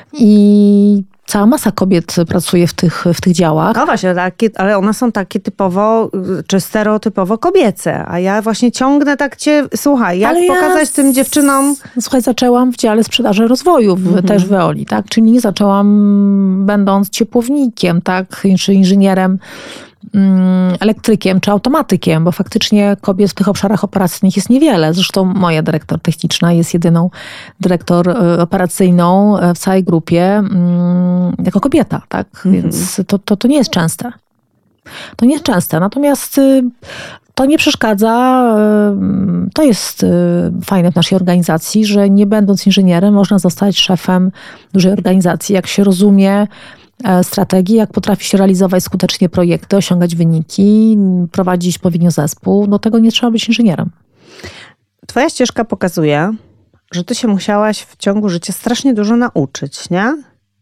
i cała masa kobiet pracuje w tych, w tych działach. No właśnie, takie, ale one są takie typowo, czy stereotypowo kobiece. A ja właśnie ciągnę tak cię, słuchaj, jak ale pokazać ja, tym dziewczynom... Słuchaj, zaczęłam w dziale sprzedaży rozwoju, w, mhm. też w Veoli, tak? Czyli nie zaczęłam będąc ciepłownikiem, tak? Czy inżynierem elektrykiem czy automatykiem, bo faktycznie kobiet w tych obszarach operacyjnych jest niewiele. Zresztą moja dyrektor techniczna jest jedyną dyrektor operacyjną w całej grupie jako kobieta, tak? Mhm. Więc to, to, to nie jest częste. To nie jest częste. Natomiast to nie przeszkadza, to jest fajne w naszej organizacji, że nie będąc inżynierem można zostać szefem dużej organizacji. Jak się rozumie strategii, jak potrafi się realizować skutecznie projekty, osiągać wyniki, prowadzić odpowiednio zespół, do tego nie trzeba być inżynierem. Twoja ścieżka pokazuje, że ty się musiałaś w ciągu życia strasznie dużo nauczyć, nie?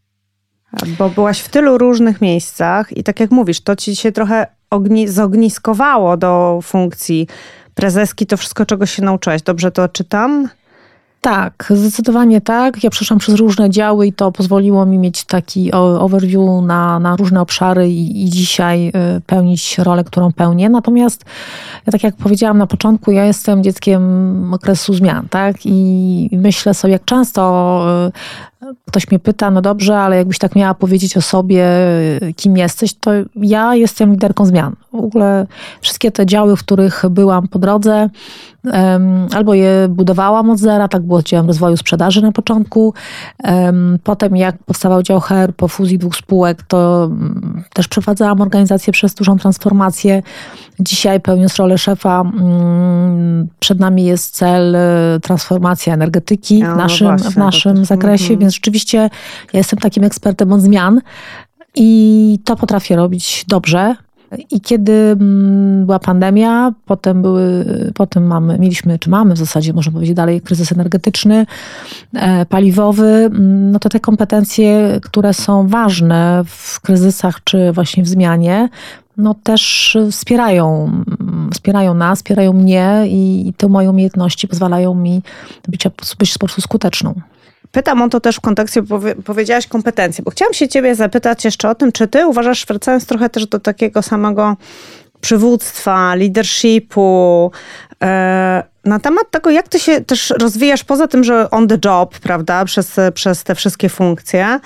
Bo byłaś w tylu różnych miejscach i tak jak mówisz, to ci się trochę ogni- zogniskowało do funkcji prezeski, to wszystko, czego się nauczyłaś. Dobrze to czytam? Tak, zdecydowanie tak. Ja przeszłam przez różne działy i to pozwoliło mi mieć taki overview na, na różne obszary i, i dzisiaj pełnić rolę, którą pełnię. Natomiast ja tak jak powiedziałam na początku, ja jestem dzieckiem okresu zmian, tak? I myślę sobie, jak często ktoś mnie pyta, no dobrze, ale jakbyś tak miała powiedzieć o sobie, kim jesteś, to ja jestem liderką zmian. W ogóle wszystkie te działy, w których byłam po drodze, um, albo je budowałam od zera, tak było działem rozwoju sprzedaży na początku. Um, potem jak powstawał dział H R po fuzji dwóch spółek, to um, też przeprowadzałam organizację przez dużą transformację. Dzisiaj pełniąc rolę szefa, um, przed nami jest cel transformacja energetyki no, w naszym, no właśnie, w naszym to, zakresie, mm-hmm. Więc rzeczywiście ja jestem takim ekspertem od zmian i to potrafię robić dobrze. I kiedy była pandemia, potem były, potem mamy, mieliśmy, czy mamy w zasadzie, można powiedzieć dalej, kryzys energetyczny, e, paliwowy, no to te kompetencje, które są ważne w kryzysach, czy właśnie w zmianie, no też wspierają, wspierają nas, wspierają mnie i, i te moje umiejętności pozwalają mi być, być po prostu skuteczną. Pytam o to też w kontekście, bo powiedziałaś kompetencje, bo chciałam się ciebie zapytać jeszcze o tym, czy ty uważasz, wracając trochę też do takiego samego przywództwa, leadershipu, e, na temat tego, jak ty się też rozwijasz, poza tym, że on the job, prawda, przez, przez te wszystkie funkcje,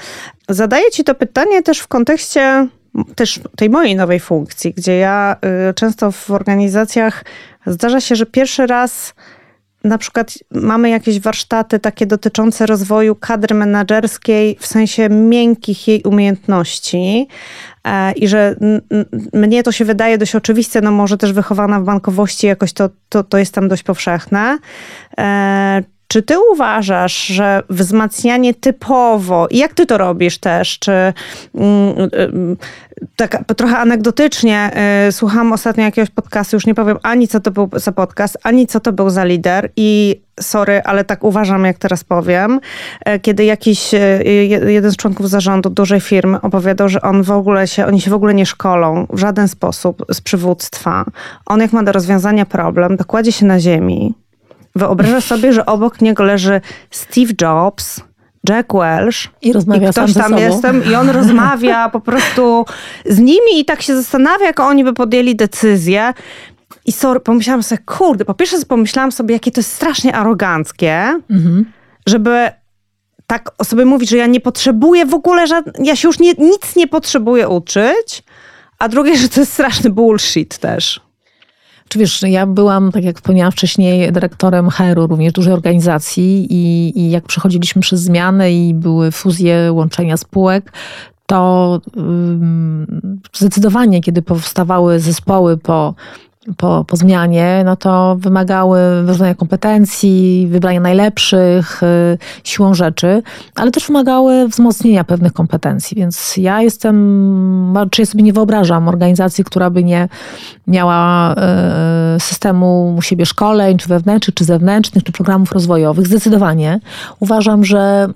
zadaję ci to pytanie też w kontekście też tej mojej nowej funkcji, gdzie ja y, często w organizacjach zdarza się, że pierwszy raz na przykład mamy jakieś warsztaty takie dotyczące rozwoju kadry menedżerskiej w sensie miękkich jej umiejętności e, i że n, n, mnie to się wydaje dość oczywiste, no może też wychowana w bankowości jakoś to, to, to jest tam dość powszechne. E, Czy ty uważasz, że wzmacnianie typowo, i jak ty to robisz też, czy mm, tak trochę anegdotycznie y, słuchałam ostatnio jakiegoś podcastu, już nie powiem ani co to był za podcast, ani co to był za lider i sorry, ale tak uważam, jak teraz powiem, y, kiedy jakiś y, jeden z członków zarządu dużej firmy opowiadał, że on w ogóle się, oni się w ogóle nie szkolą w żaden sposób z przywództwa. On jak ma do rozwiązania problem, to kładzie się na ziemi. Wyobraża sobie, że obok niego leży Steve Jobs, Jack Welch i rozmawia i ktoś sam tam ze sobą. jestem i on rozmawia po prostu z nimi i tak się zastanawia, jak oni by podjęli decyzję. I sorry, pomyślałam sobie, kurde, po pierwsze pomyślałam sobie, jakie to jest strasznie aroganckie, mhm. żeby tak o sobie mówić, że ja nie potrzebuję w ogóle, żad... ja się już nie, nic nie potrzebuję uczyć, a drugie, że to jest straszny bullshit też. Czy wiesz, ja byłam, tak jak wspomniałam wcześniej, dyrektorem H R u również dużej organizacji i, i jak przechodziliśmy przez zmiany i były fuzje, łączenia spółek, to um, zdecydowanie, kiedy powstawały zespoły po Po, po zmianie, no to wymagały wyrównania kompetencji, wybrania najlepszych y, siłą rzeczy, ale też wymagały wzmocnienia pewnych kompetencji. Więc ja jestem, czy ja sobie nie wyobrażam organizacji, która by nie miała y, systemu u siebie szkoleń, czy wewnętrznych, czy zewnętrznych, czy programów rozwojowych. Zdecydowanie uważam, że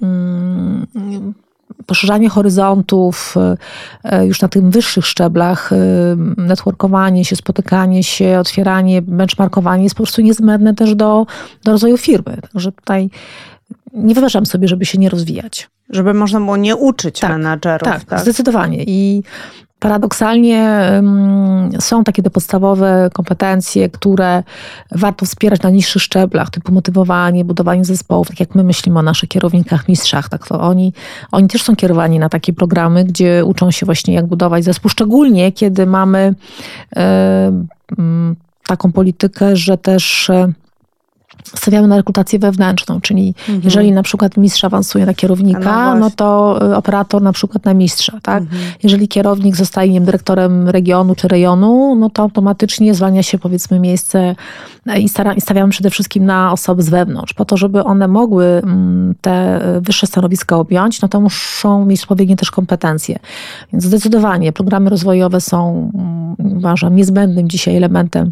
y, poszerzanie horyzontów już na tym wyższych szczeblach, networkowanie się, spotykanie się, otwieranie, benchmarkowanie jest po prostu niezbędne też do, do rozwoju firmy. Także tutaj nie wyobrażam sobie, żeby się nie rozwijać. Żeby można było nie uczyć tak, menadżerów. Tak, tak, zdecydowanie. I paradoksalnie um, są takie te podstawowe kompetencje, które warto wspierać na niższych szczeblach, typu motywowanie, budowanie zespołów, tak jak my myślimy o naszych kierownikach, mistrzach, tak to oni, oni też są kierowani na takie programy, gdzie uczą się właśnie jak budować zespół, szczególnie kiedy mamy e, taką politykę, że też e, stawiamy na rekrutację wewnętrzną, czyli mhm. jeżeli na przykład mistrz awansuje na kierownika, no, no to operator na przykład na mistrza, tak? Mhm. Jeżeli kierownik zostaje nie wiem, dyrektorem regionu czy rejonu, no to automatycznie zwalnia się powiedzmy miejsce i, stara, i stawiamy przede wszystkim na osoby z wewnątrz. Po to, żeby one mogły te wyższe stanowiska objąć, no to muszą mieć odpowiednie też kompetencje. Więc zdecydowanie programy rozwojowe są, uważam, niezbędnym dzisiaj elementem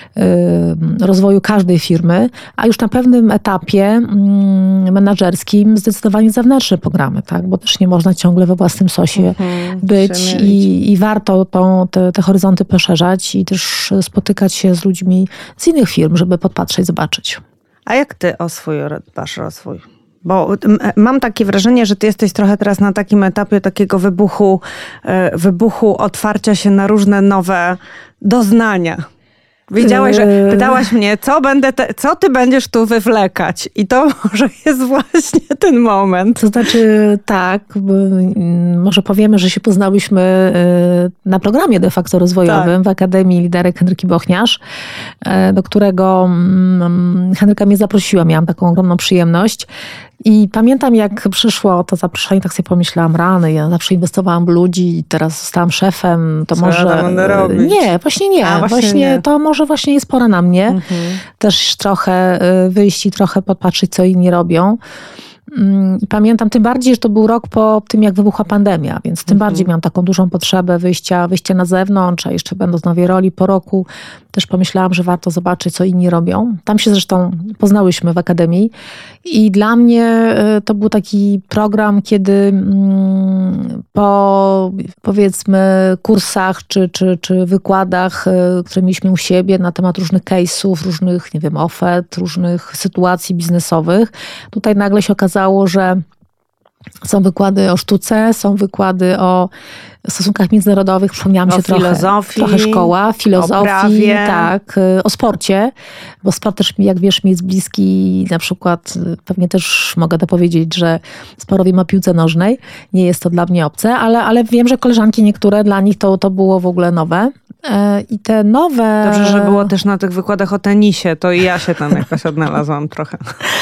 rozwoju każdej firmy, a już na pewnym etapie mm, menadżerskim zdecydowanie zewnętrzne programy, tak? Bo też nie można ciągle we własnym sosie mhm, być i, i warto tą, te, te horyzonty poszerzać i też spotykać się z ludźmi z innych firm, żeby podpatrzeć, zobaczyć. A jak ty o swój dbasz rozwój? Bo mam takie wrażenie, że ty jesteś trochę teraz na takim etapie takiego wybuchu, wybuchu otwarcia się na różne nowe doznania. Wiedziałaś, że pytałaś mnie, co, będę te, co ty będziesz tu wywlekać. I to może jest właśnie ten moment. To znaczy tak, może powiemy, że się poznałyśmy na programie de facto rozwojowym tak. w Akademii Liderek Henryki Bochniarz, do którego Henryka mnie zaprosiła. Miałam taką ogromną przyjemność. I pamiętam, jak przyszło to zaproszenie, tak sobie pomyślałam, rany, ja zawsze inwestowałam w ludzi i teraz zostałam szefem, to Co może... ja będę robić? Nie, właśnie nie. A, właśnie właśnie nie. To może właśnie jest pora na mnie. Mhm. Też trochę wyjść i trochę podpatrzeć, co inni robią. I pamiętam tym bardziej, że to był rok po tym, jak wybuchła pandemia, więc tym mhm. bardziej miałam taką dużą potrzebę wyjścia, wyjścia na zewnątrz, a jeszcze będąc w nowej roli po roku, też pomyślałam, że warto zobaczyć, co inni robią. Tam się zresztą poznałyśmy w Akademii i dla mnie to był taki program, kiedy po powiedzmy kursach czy, czy, czy wykładach, które mieliśmy u siebie na temat różnych case'ów, różnych, nie wiem, ofert, różnych sytuacji biznesowych, tutaj nagle się okazało, że Są wykłady o sztuce, są wykłady o stosunkach międzynarodowych, przypomniałam się trochę. filozofii, trochę szkoła, filozofii, o prawie. tak, o sporcie, bo sport też, jak wiesz, mi jest bliski, na przykład pewnie też mogę to powiedzieć, że sporo wiem o piłce nożnej, nie jest to dla mnie obce, ale, ale wiem, że koleżanki niektóre, dla nich to, to było w ogóle nowe. I te nowe... Dobrze, że było też na tych wykładach o tenisie, to i ja się tam jakoś odnalazłam trochę.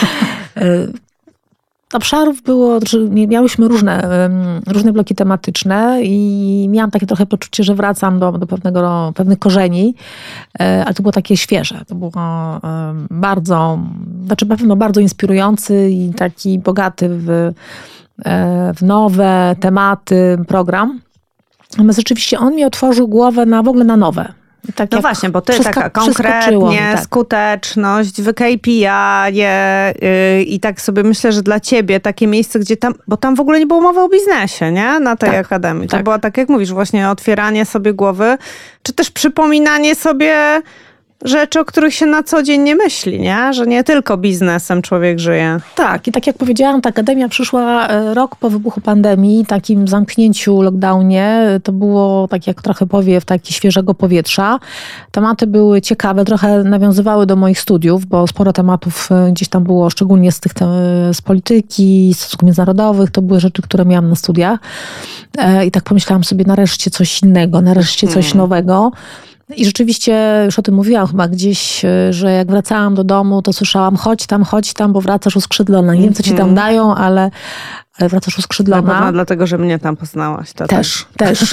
Obszarów było, miałyśmy różne, różne bloki tematyczne i miałam takie trochę poczucie, że wracam do, do pewnego, pewnych korzeni, ale to było takie świeże. To było bardzo, znaczy na pewno bardzo inspirujący i taki bogaty w, w nowe tematy program. Natomiast rzeczywiście on mi otworzył głowę na w ogóle na nowe. Tak no właśnie, bo ty przeska- taka konkretnie, tak. skuteczność, wy K P I yy, i tak sobie myślę, że dla ciebie takie miejsce, gdzie tam, bo tam w ogóle nie było mowy o biznesie, nie? Na tej tak, akademii. To tak. była, tak jak mówisz, właśnie otwieranie sobie głowy, czy też przypominanie sobie rzeczy, o których się na co dzień nie myśli, nie? Że nie tylko biznesem człowiek żyje. Tak, i tak jak powiedziałam, ta akademia przyszła rok po wybuchu pandemii, takim zamknięciu, lockdownie. To było tak jak trochę powiew taki świeżego powietrza. Tematy były ciekawe, trochę nawiązywały do moich studiów, bo sporo tematów gdzieś tam było, szczególnie z tych z polityki, stosunków międzynarodowych. To były rzeczy, które miałam na studiach. I tak pomyślałam sobie, nareszcie coś innego, nareszcie coś hmm. nowego. I rzeczywiście, już o tym mówiłam chyba gdzieś, że jak wracałam do domu, to słyszałam, chodź tam, chodź tam, bo wracasz uskrzydlona. Nie wiem, co ci tam dają, ale, ale wracasz uskrzydlona. Na pewno dlatego, że mnie tam poznałaś. To też, tak. też.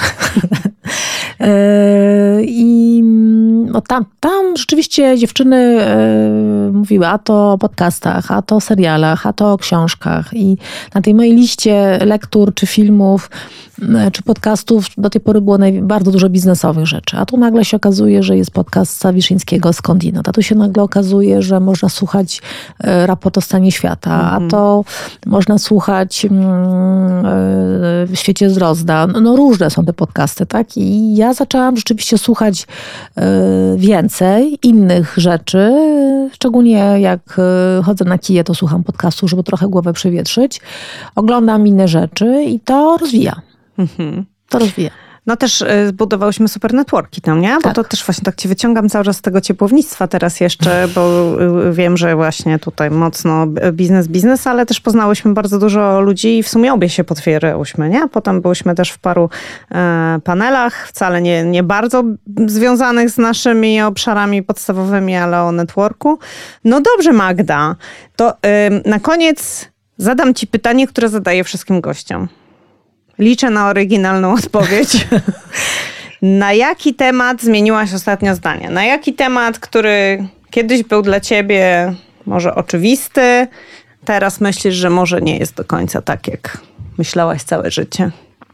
I no tam, tam rzeczywiście dziewczyny mówiły, a to o podcastach, a to o serialach, a to o książkach. I na tej mojej liście lektur, czy filmów, czy podcastów do tej pory było naj- bardzo dużo biznesowych rzeczy. A tu nagle się okazuje, że jest podcast Sawiszyńskiego Skądinąd. A tu się nagle okazuje, że można słuchać e, raport o stanie świata. Mm-hmm. A to można słuchać mm, e, w świecie Zdrozda. No, no różne są te podcasty, tak? I ja zaczęłam rzeczywiście słuchać e, więcej innych rzeczy. Szczególnie jak e, chodzę na kije, to słucham podcastu, żeby trochę głowę przewietrzyć. Oglądam inne rzeczy i to rozwija. Mhm. To rozwija. No też zbudowałyśmy super networki tam, nie? Bo tak. to też właśnie tak cię wyciągam cały czas z tego ciepłownictwa teraz jeszcze, bo wiem, że właśnie tutaj mocno biznes, biznes, ale też poznałyśmy bardzo dużo ludzi i w sumie obie się potwierałyśmy, nie? Potem byłyśmy też w paru e, panelach, wcale nie, nie bardzo związanych z naszymi obszarami podstawowymi, ale o networku. No dobrze, Magda, to e, na koniec zadam ci pytanie, które zadaję wszystkim gościom. Liczę na oryginalną odpowiedź. Na jaki temat zmieniłaś ostatnio zdanie? Na jaki temat, który kiedyś był dla ciebie może oczywisty, teraz myślisz, że może nie jest do końca tak, jak myślałaś całe życie?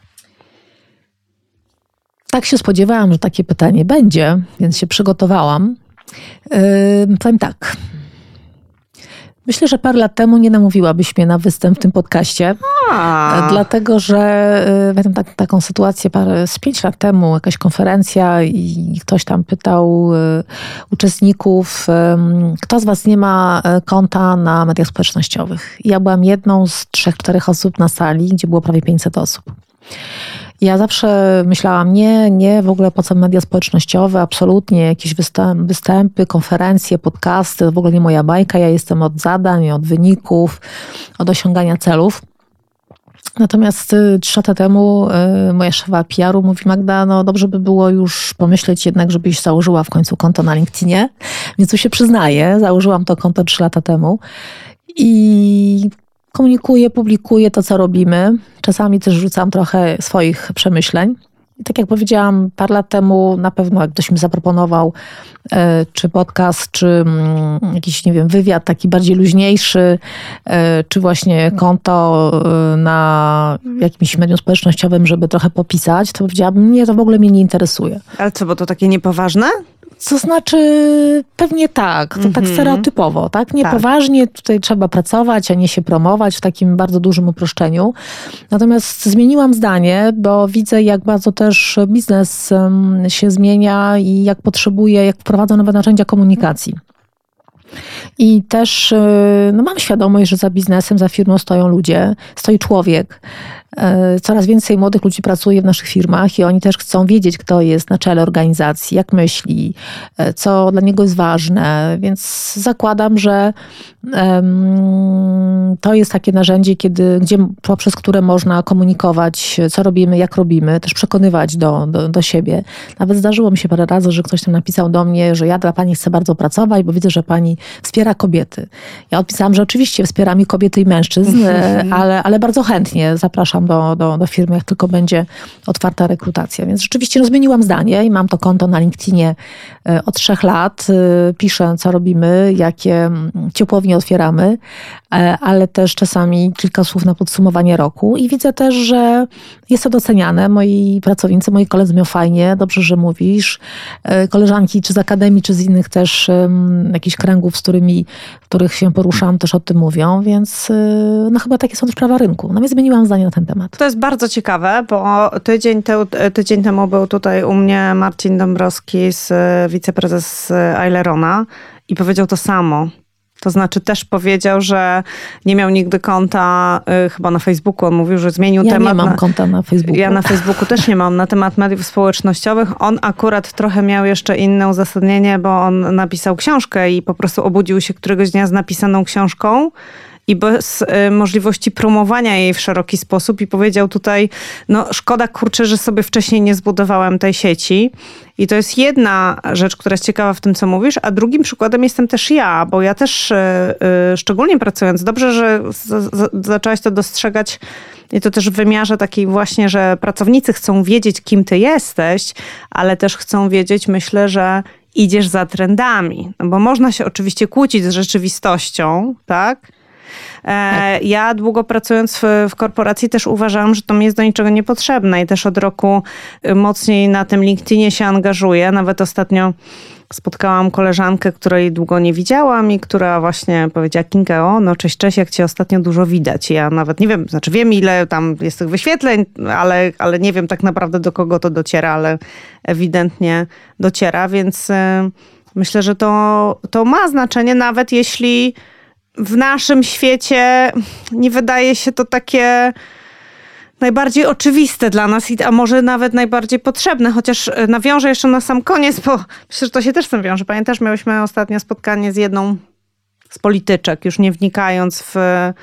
Tak się spodziewałam, że takie pytanie będzie, więc się przygotowałam. Yy, powiem tak. Myślę, że parę lat temu nie namówiłabyś mnie na występ w tym podcaście. A. Dlatego, że pamiętam tak, taką sytuację parę, z pięć lat temu, jakaś konferencja i ktoś tam pytał y, uczestników, y, kto z was nie ma konta na mediach społecznościowych. I ja byłam jedną z trzech, czterech osób na sali, gdzie było prawie pięćset osób. Ja zawsze myślałam, nie, nie, w ogóle po co media społecznościowe, absolutnie, jakieś występy, występy, konferencje, podcasty, to w ogóle nie moja bajka, ja jestem od zadań, od wyników, od osiągania celów. Natomiast trzy lata temu y, moja szefa P R u mówi, Magda, no dobrze by było już pomyśleć jednak, żebyś założyła w końcu konto na LinkedInie, więc tu się przyznaję, założyłam to konto trzy lata temu i komunikuję, publikuję to, co robimy. Czasami też rzucam trochę swoich przemyśleń. I tak jak powiedziałam parę lat temu, na pewno jak ktoś mi zaproponował, e, czy podcast, czy mm, jakiś, nie wiem, wywiad taki bardziej luźniejszy, e, czy właśnie konto e, na jakimś medium społecznościowym, żeby trochę popisać, to powiedziałabym, nie, to w ogóle mnie nie interesuje. Ale co, bo to takie niepoważne? To znaczy, pewnie tak, to mm-hmm. tak stereotypowo, tak? Niepoważnie tak. Tutaj trzeba pracować, a nie się promować w takim bardzo dużym uproszczeniu. Natomiast zmieniłam zdanie, bo widzę, jak bardzo też biznes się zmienia i jak potrzebuje, jak wprowadza nowe narzędzia komunikacji. I też no, mam świadomość, że za biznesem, za firmą stoją ludzie, stoi człowiek. Coraz więcej młodych ludzi pracuje w naszych firmach i oni też chcą wiedzieć, kto jest na czele organizacji, jak myśli, co dla niego jest ważne. Więc zakładam, że um, to jest takie narzędzie, kiedy, gdzie, poprzez które można komunikować, co robimy, jak robimy, też przekonywać do, do, do siebie. Nawet zdarzyło mi się parę razy, że ktoś tam napisał do mnie, że ja dla pani chcę bardzo pracować, bo widzę, że pani wspiera kobiety. Ja odpisałam, że oczywiście wspieram i kobiety, i mężczyzn, ale, ale bardzo chętnie zapraszam do, do, do firmy, jak tylko będzie otwarta rekrutacja. Więc rzeczywiście no, zmieniłam zdanie i mam to konto na LinkedInie od trzech lat. Piszę, co robimy, jakie ciepłownie otwieramy, ale też czasami kilka słów na podsumowanie roku i widzę też, że jest to doceniane. Moi pracownicy, moi koledzy mówią fajnie, dobrze, że mówisz. Koleżanki czy z akademii, czy z innych też um, jakichś kręgów, z którymi, w których się poruszam, też o tym mówią, więc no chyba takie są też prawa rynku. No więc zmieniłam zdanie na ten temat. To jest bardzo ciekawe, bo tydzień, te, tydzień temu był tutaj u mnie Marcin Dąbrowski, z, wiceprezes Ailerona i powiedział to samo. To znaczy też powiedział, że nie miał nigdy konta y, chyba na Facebooku. On mówił, że zmienił ja temat. Ja nie mam na, konta na Facebooku. Ja na Facebooku też nie mam, na temat mediów społecznościowych. On akurat trochę miał jeszcze inne uzasadnienie, bo on napisał książkę i po prostu obudził się któregoś dnia z napisaną książką i bez y, możliwości promowania jej w szeroki sposób i powiedział tutaj, no szkoda kurczę, że sobie wcześniej nie zbudowałem tej sieci. I to jest jedna rzecz, która jest ciekawa w tym, co mówisz, a drugim przykładem jestem też ja, bo ja też y, y, szczególnie pracując, dobrze, że z, z, zaczęłaś to dostrzegać i to też w wymiarze takiej właśnie, że pracownicy chcą wiedzieć, kim ty jesteś, ale też chcą wiedzieć, myślę, że idziesz za trendami. No bo można się oczywiście kłócić z rzeczywistością, tak? Ja długo pracując w, w korporacji też uważałam, że to mi jest do niczego niepotrzebne i też od roku mocniej na tym LinkedInie się angażuję. Nawet ostatnio spotkałam koleżankę, której długo nie widziałam i która właśnie powiedziała: Kinga, o no cześć, cześć, jak cię ostatnio dużo widać. Ja nawet nie wiem, znaczy wiem ile tam jest tych wyświetleń, ale, ale nie wiem tak naprawdę do kogo to dociera, ale ewidentnie dociera, więc myślę, że to, to ma znaczenie, nawet jeśli w naszym świecie nie wydaje się to takie najbardziej oczywiste dla nas, a może nawet najbardziej potrzebne. Chociaż nawiążę jeszcze na sam koniec, bo myślę, że to się też z tym wiąże. Pamiętasz, miałyśmy ostatnio spotkanie z jedną z polityczek, już nie wnikając w,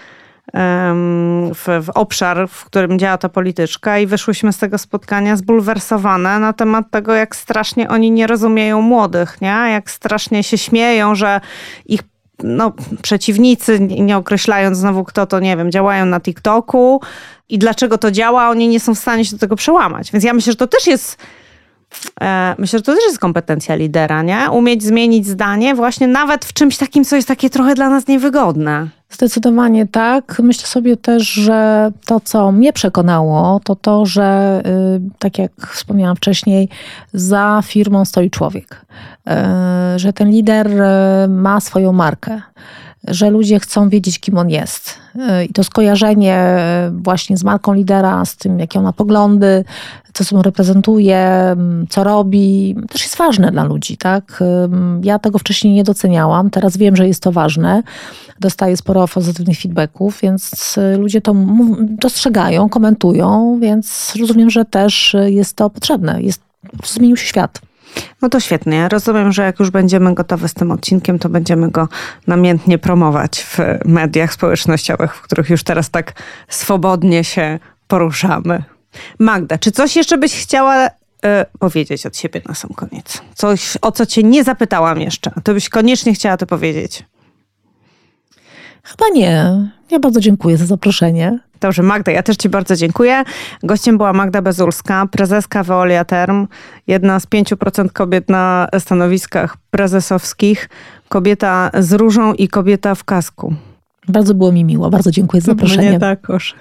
w, w obszar, w którym działa ta polityczka i wyszłyśmy z tego spotkania zbulwersowane na temat tego, jak strasznie oni nie rozumieją młodych, nie? Jak strasznie się śmieją, że ich no, przeciwnicy, nie określając znowu kto to, nie wiem, działają na TikToku i dlaczego to działa, oni nie są w stanie się do tego przełamać. Więc ja myślę, że to też jest e, myślę, że to też jest kompetencja lidera, nie? Umieć zmienić zdanie właśnie nawet w czymś takim, co jest takie trochę dla nas niewygodne. Zdecydowanie tak. Myślę sobie też, że to, co mnie przekonało, to to, że tak jak wspomniałam wcześniej, za firmą stoi człowiek. Że ten lider ma swoją markę. Że ludzie chcą wiedzieć, kim on jest. I to skojarzenie właśnie z marką lidera, z tym, jakie on ma poglądy, co sobą reprezentuje, co robi, też jest ważne dla ludzi, tak? Ja tego wcześniej nie doceniałam, teraz wiem, że jest to ważne. Dostaję sporo pozytywnych feedbacków, więc ludzie to dostrzegają, komentują, więc rozumiem, że też jest to potrzebne. Jest, zmienił się świat. No to świetnie. Rozumiem, że jak już będziemy gotowe z tym odcinkiem, to będziemy go namiętnie promować w mediach społecznościowych, w których już teraz tak swobodnie się poruszamy. Magda, czy coś jeszcze byś chciała y, powiedzieć od siebie na sam koniec? Coś, o co cię nie zapytałam jeszcze, to byś koniecznie chciała to powiedzieć. Chyba nie. Ja bardzo dziękuję za zaproszenie. Dobrze, Magda, ja też ci bardzo dziękuję. Gościem była Magda Bezulska, prezeska Veolia Term, jedna z pięciu procent kobiet na stanowiskach prezesowskich, kobieta z różą i kobieta w kasku. Bardzo było mi miło, bardzo dziękuję za zaproszenie. Nie takoż.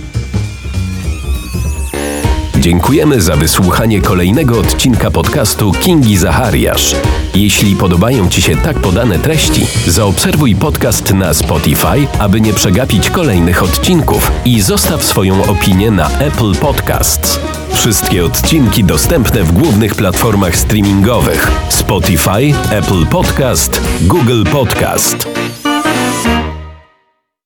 Dziękujemy za wysłuchanie kolejnego odcinka podcastu Kingi Zachariasz. Jeśli podobają ci się tak podane treści, zaobserwuj podcast na Spotify, aby nie przegapić kolejnych odcinków i zostaw swoją opinię na Apple Podcasts. Wszystkie odcinki dostępne w głównych platformach streamingowych: Spotify, Apple Podcast, Google Podcast.